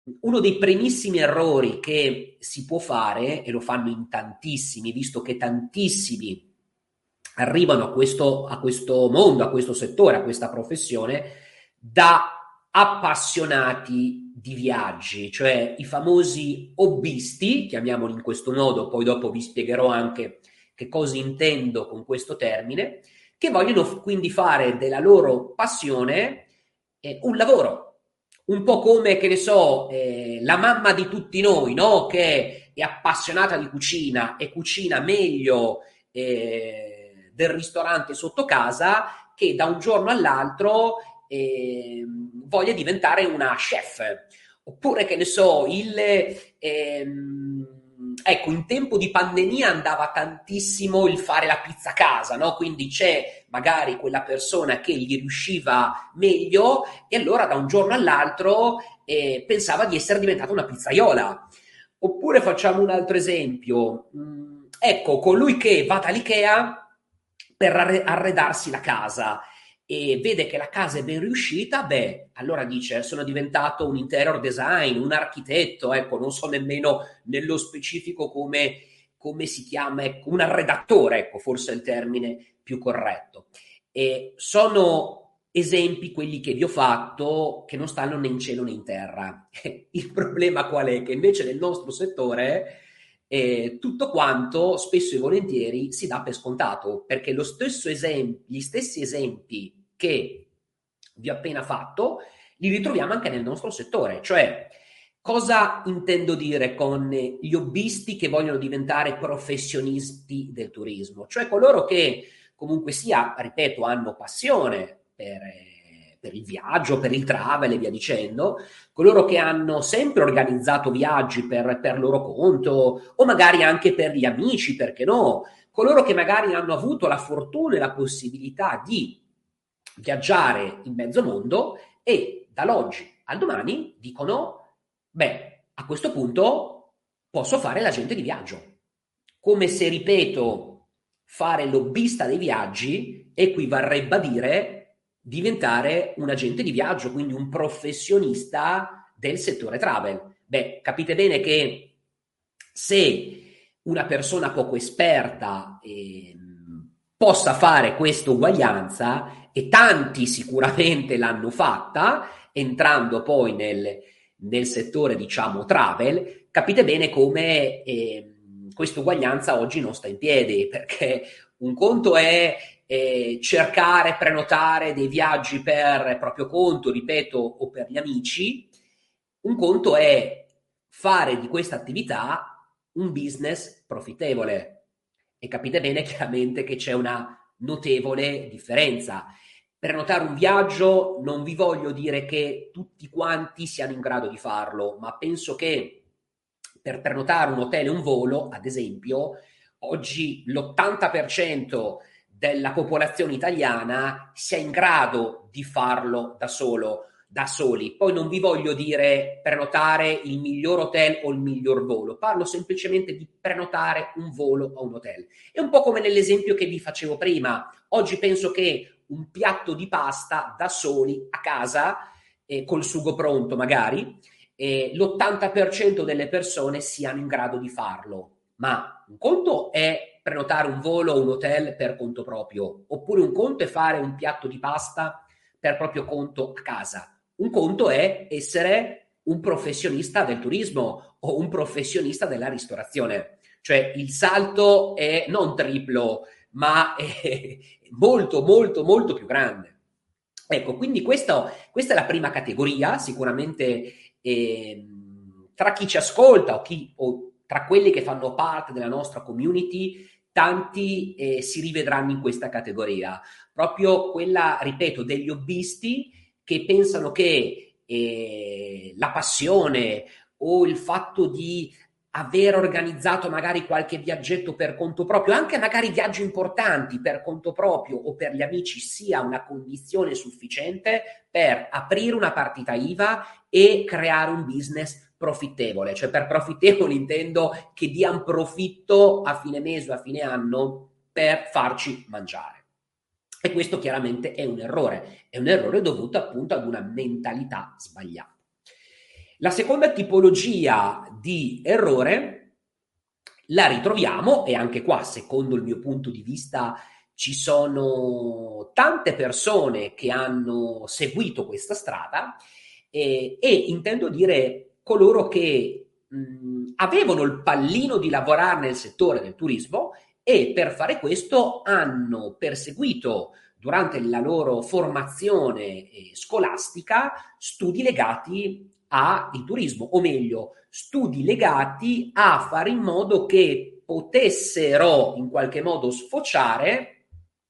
uno dei primissimi errori che si può fare, e lo fanno in tantissimi, visto che tantissimi arrivano a questo mondo, a questo settore, a questa professione, da appassionati di viaggi, cioè i famosi hobbisti, chiamiamoli in questo modo, poi dopo vi spiegherò anche che cosa intendo con questo termine, che vogliono quindi fare della loro passione un lavoro. Un po' come, che ne so, la mamma di tutti noi, no? Che è appassionata di cucina e cucina meglio del ristorante sotto casa, che da un giorno all'altro voglia diventare una chef. Oppure, che ne so, ecco, in tempo di pandemia andava tantissimo il fare la pizza a casa, no? Quindi c'è magari quella persona che gli riusciva meglio e allora da un giorno all'altro pensava di essere diventata una pizzaiola. Oppure facciamo un altro esempio. Ecco, colui che va dall'IKEA per arredarsi la casa e vede che la casa è ben riuscita, beh, allora dice, sono diventato un interior design, un architetto, ecco, non so nemmeno nello specifico come si chiama, ecco, un arredatore, ecco, forse è il termine più corretto. E sono esempi, quelli che vi ho fatto, che non stanno né in cielo né in terra. Il problema qual è? Che invece nel nostro settore tutto quanto spesso e volentieri si dà per scontato, perché gli stessi esempi che vi ho appena fatto li ritroviamo anche nel nostro settore. Cioè, cosa intendo dire con gli hobbisti che vogliono diventare professionisti del turismo? Cioè coloro che comunque sia, ripeto, hanno passione per il viaggio, per il travel e via dicendo, coloro che hanno sempre organizzato viaggi per loro conto o magari anche per gli amici, perché no? Coloro che magari hanno avuto la fortuna e la possibilità di viaggiare in mezzo mondo e dall'oggi al domani dicono, beh, a questo punto posso fare l'agente di viaggio. Come se, ripeto, fare lobbista dei viaggi equivarrebbe a dire diventare un agente di viaggio, quindi un professionista del settore travel. Beh, capite bene che se una persona poco esperta possa fare questa uguaglianza, e tanti sicuramente l'hanno fatta, entrando poi nel settore, diciamo, travel, capite bene come questa uguaglianza oggi non sta in piedi, perché un conto è cercare, prenotare dei viaggi per proprio conto, ripeto, o per gli amici, un conto è fare di questa attività un business profittevole. E capite bene chiaramente che c'è una notevole differenza. Prenotare un viaggio non vi voglio dire che tutti quanti siano in grado di farlo, ma penso che per prenotare un hotel e un volo, ad esempio, oggi l'80% della popolazione italiana sia in grado di farlo da soli. Poi non vi voglio dire prenotare il miglior hotel o il miglior volo, parlo semplicemente di prenotare un volo o un hotel. È un po' come nell'esempio che vi facevo prima. Oggi penso che un piatto di pasta da soli a casa, col sugo pronto magari, l'80% delle persone siano in grado di farlo. Ma un conto è prenotare un volo o un hotel per conto proprio, oppure un conto è fare un piatto di pasta per proprio conto a casa. Un conto è essere un professionista del turismo o un professionista della ristorazione. Cioè il salto è non triplo, ma è molto, molto, molto più grande. Ecco, quindi questa è la prima categoria, sicuramente tra chi ci ascolta o tra quelli che fanno parte della nostra community, tanti si rivedranno in questa categoria. Proprio quella, ripeto, degli hobbisti che pensano che la passione o il fatto di aver organizzato magari qualche viaggetto per conto proprio, anche magari viaggi importanti per conto proprio o per gli amici, sia una condizione sufficiente per aprire una partita IVA e creare un business profittevole. Cioè per profittevole intendo che dia un profitto a fine mese o a fine anno per farci mangiare. E questo chiaramente è un errore dovuto appunto ad una mentalità sbagliata. La seconda tipologia di errore la ritroviamo, e anche qua, secondo il mio punto di vista, ci sono tante persone che hanno seguito questa strada, e intendo dire coloro che avevano il pallino di lavorare nel settore del turismo e per fare questo hanno perseguito durante la loro formazione scolastica studi legati al turismo, o meglio, studi legati a fare in modo che potessero in qualche modo sfociare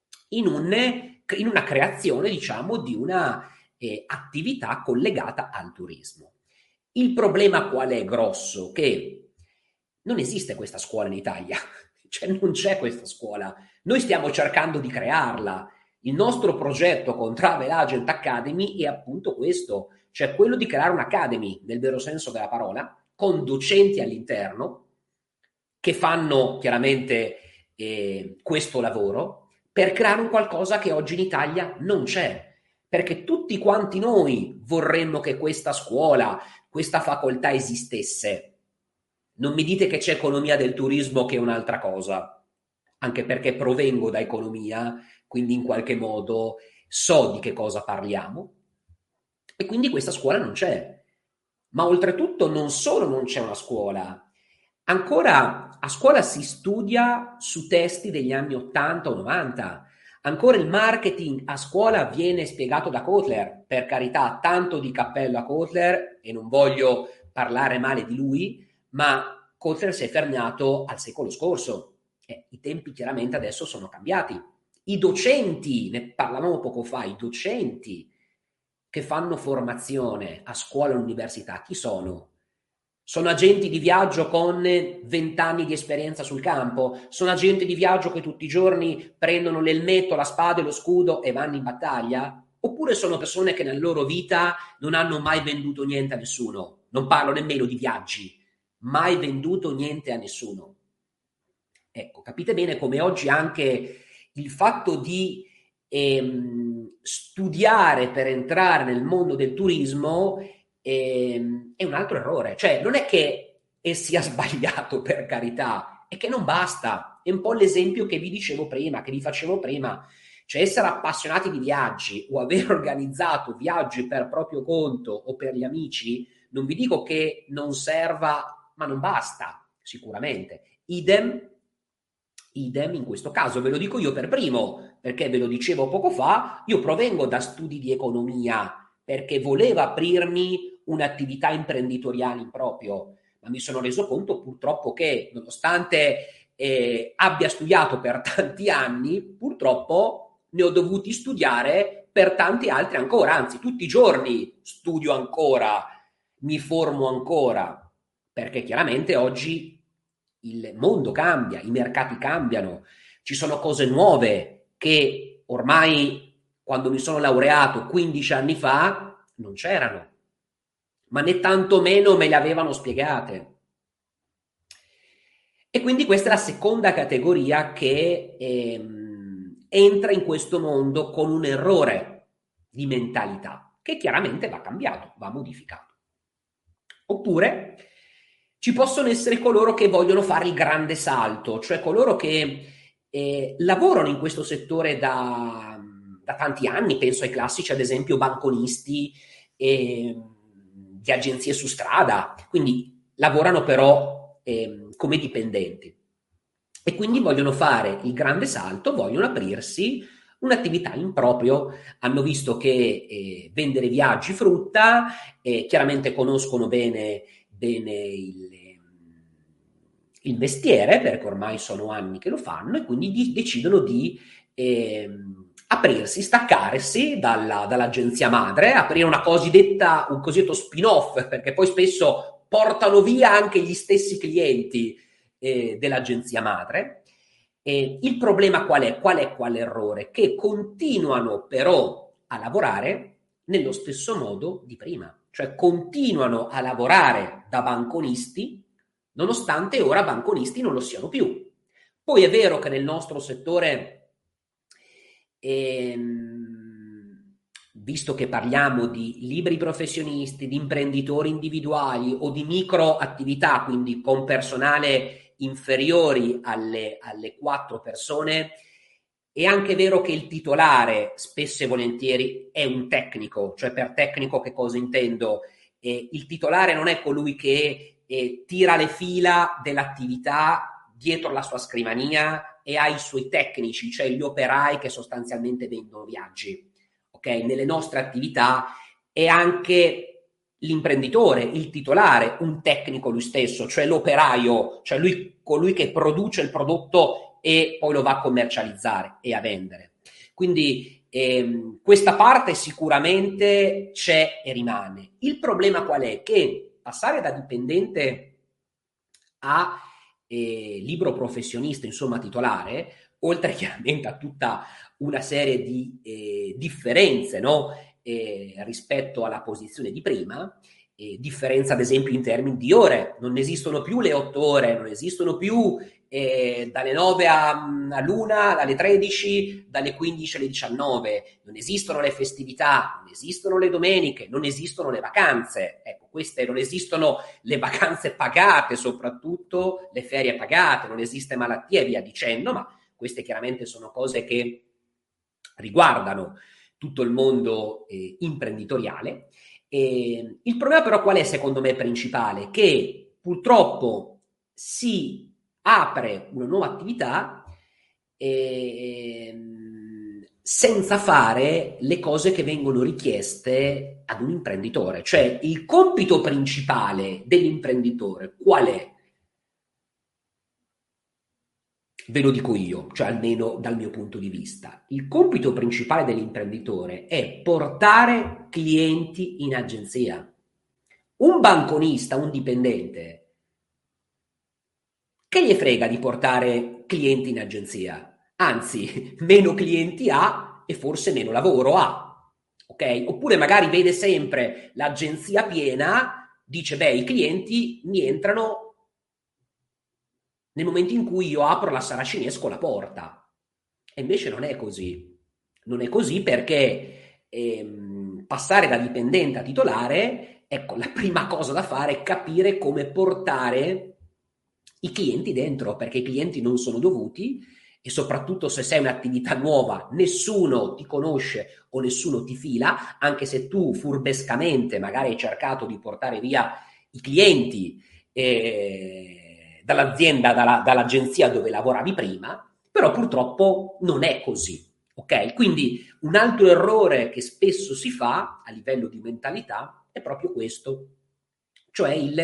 in una creazione, diciamo, di una attività collegata al turismo. Il problema qual è grosso? Che non esiste questa scuola in Italia, cioè non c'è questa scuola. Noi stiamo cercando di crearla. Il nostro progetto con Travel Agent Academy è appunto questo, cioè quello di creare un'academy, nel vero senso della parola, con docenti all'interno che fanno chiaramente questo lavoro per creare un qualcosa che oggi in Italia non c'è. Perché tutti quanti noi vorremmo che questa scuola, questa facoltà esistesse. Non mi dite che c'è economia del turismo, che è un'altra cosa, anche perché provengo da economia, quindi in qualche modo so di che cosa parliamo, e quindi questa scuola non c'è. Ma oltretutto non solo non c'è una scuola, ancora a scuola si studia su testi degli anni 80 o 90. Ancora il marketing a scuola viene spiegato da Kotler, per carità, tanto di cappello a Kotler, e non voglio parlare male di lui, ma Kotler si è fermato al secolo scorso. I tempi chiaramente adesso sono cambiati. I docenti, ne parlavamo poco fa, i docenti che fanno formazione a scuola e all'università, chi sono? Sono agenti di viaggio con 20 anni di esperienza sul campo? Sono agenti di viaggio che tutti i giorni prendono l'elmetto, la spada e lo scudo e vanno in battaglia? Oppure sono persone che nella loro vita non hanno mai venduto niente a nessuno? Non parlo nemmeno di viaggi, mai venduto niente a nessuno. Ecco, capite bene come oggi anche il fatto di studiare per entrare nel mondo del turismo è un altro errore. Cioè, non è che sia sbagliato, per carità, è che non basta. È un po' l'esempio che vi dicevo prima, che vi facevo prima. Cioè, essere appassionati di viaggi o aver organizzato viaggi per proprio conto o per gli amici, non vi dico che non serva, ma non basta, sicuramente. Idem in questo caso, ve lo dico io per primo, perché ve lo dicevo poco fa, io provengo da studi di economia, perché volevo aprirmi un'attività imprenditoriale in proprio, ma mi sono reso conto purtroppo che, nonostante abbia studiato per tanti anni, purtroppo ne ho dovuti studiare per tanti altri ancora, anzi tutti i giorni studio ancora, mi formo ancora, perché chiaramente oggi il mondo cambia, i mercati cambiano, ci sono cose nuove che ormai, quando mi sono laureato 15 anni fa, non c'erano, ma né tantomeno me le avevano spiegate. E quindi questa è la seconda categoria che entra in questo mondo con un errore di mentalità, che chiaramente va cambiato, va modificato. Oppure ci possono essere coloro che vogliono fare il grande salto, cioè coloro che lavorano in questo settore da tanti anni, penso ai classici, ad esempio, banconisti di agenzie su strada, quindi lavorano però come dipendenti e quindi vogliono fare il grande salto, vogliono aprirsi un'attività in proprio, hanno visto che vendere viaggi frutta, chiaramente conoscono bene il mestiere, perché ormai sono anni che lo fanno, e quindi decidono di aprirsi, staccarsi dall'agenzia madre, aprire un cosiddetto spin-off, perché poi spesso portano via anche gli stessi clienti dell'agenzia madre. Il problema qual è? Qual è l'errore? Che continuano però a lavorare nello stesso modo di prima, cioè continuano a lavorare da banconisti nonostante ora banconisti non lo siano più. Poi è vero che nel nostro settore visto che parliamo di liberi professionisti, di imprenditori individuali o di micro attività, quindi con personale inferiori alle 4 persone, è anche vero che il titolare spesso e volentieri è un tecnico, cioè per tecnico che cosa intendo? Il titolare non è colui che tira le fila dell'attività dietro la sua scrivania e ha i suoi tecnici, cioè gli operai che sostanzialmente vendono viaggi. Ok? Nelle nostre attività è anche l'imprenditore, il titolare, un tecnico lui stesso, cioè l'operaio, cioè colui che produce il prodotto e poi lo va a commercializzare e a vendere. Quindi questa parte sicuramente c'è e rimane. Il problema qual è? Che passare da dipendente a libero professionista, insomma titolare, oltre chiaramente a tutta una serie di differenze, no? Rispetto alla posizione di prima, differenza ad esempio in termini di ore, non esistono più le 8 ore, non esistono più dalle 9 all'una, dalle 13, dalle 15 alle 19, non esistono le festività, non esistono le domeniche, non esistono le vacanze, ecco, queste non esistono le vacanze pagate, soprattutto le ferie pagate, non esiste malattia e via dicendo, ma queste chiaramente sono cose che riguardano tutto il mondo imprenditoriale. Il problema però qual è secondo me principale? Che purtroppo si apre una nuova attività senza fare le cose che vengono richieste ad un imprenditore. Cioè il compito principale dell'imprenditore qual è? Ve lo dico io, cioè almeno dal mio punto di vista. Il compito principale dell'imprenditore è portare clienti in agenzia. Un banconista, un dipendente, che gli frega di portare clienti in agenzia? Anzi, meno clienti ha e forse meno lavoro ha. Ok? Oppure magari vede sempre l'agenzia piena, dice, beh, i clienti mi entrano nel momento in cui io apro la saracinesco la porta. E invece non è così. Non è così perché passare da dipendente a titolare, ecco, la prima cosa da fare è capire come portare i clienti dentro, perché i clienti non sono dovuti e soprattutto se sei un'attività nuova, nessuno ti conosce o nessuno ti fila, anche se tu furbescamente magari hai cercato di portare via i clienti dall'azienda, dall'agenzia dove lavoravi prima, però purtroppo non è così. Ok? Quindi un altro errore che spesso si fa a livello di mentalità è proprio questo, cioè il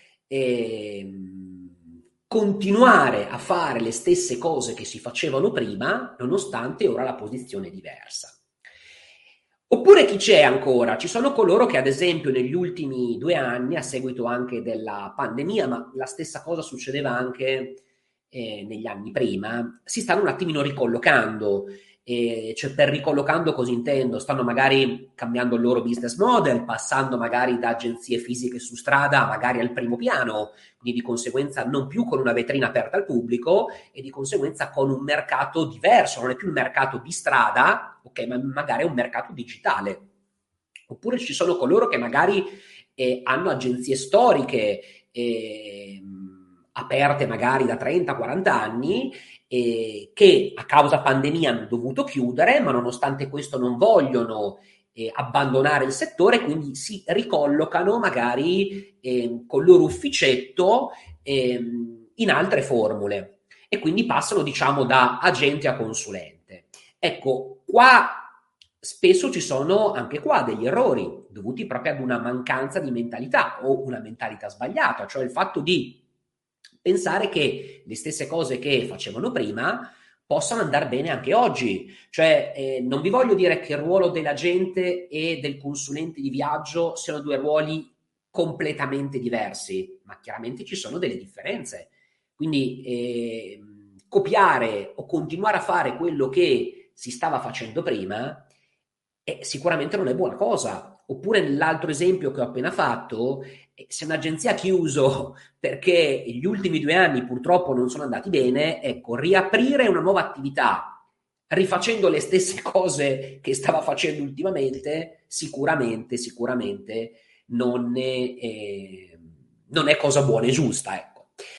continuare a fare le stesse cose che si facevano prima, nonostante ora la posizione è diversa. Oppure chi c'è ancora? Ci sono coloro che ad esempio negli ultimi 2 anni, a seguito anche della pandemia, ma la stessa cosa succedeva anche negli anni prima, si stanno un attimino ricollocando. Cioè per ricollocando cosa intendo? Stanno magari cambiando il loro business model, passando magari da agenzie fisiche su strada magari al primo piano, quindi di conseguenza non più con una vetrina aperta al pubblico e di conseguenza con un mercato diverso, non è più un mercato di strada, ok, ma magari è un mercato digitale. Oppure ci sono coloro che magari hanno agenzie storiche aperte magari da 30-40 anni che a causa pandemia hanno dovuto chiudere, ma nonostante questo non vogliono abbandonare il settore, quindi si ricollocano magari col loro ufficetto in altre formule e quindi passano diciamo da agente a consulente. Ecco, qua spesso ci sono anche qua degli errori dovuti proprio ad una mancanza di mentalità o una mentalità sbagliata, cioè il fatto di pensare che le stesse cose che facevano prima possano andare bene anche oggi. Cioè, non vi voglio dire che il ruolo dell'agente e del consulente di viaggio siano due ruoli completamente diversi, ma chiaramente ci sono delle differenze. Quindi copiare o continuare a fare quello che si stava facendo prima sicuramente non è buona cosa. Oppure nell'altro esempio che ho appena fatto, se un'agenzia ha chiuso perché gli ultimi 2 anni purtroppo non sono andati bene, ecco, riaprire una nuova attività rifacendo le stesse cose che stava facendo ultimamente, sicuramente non è cosa buona e giusta.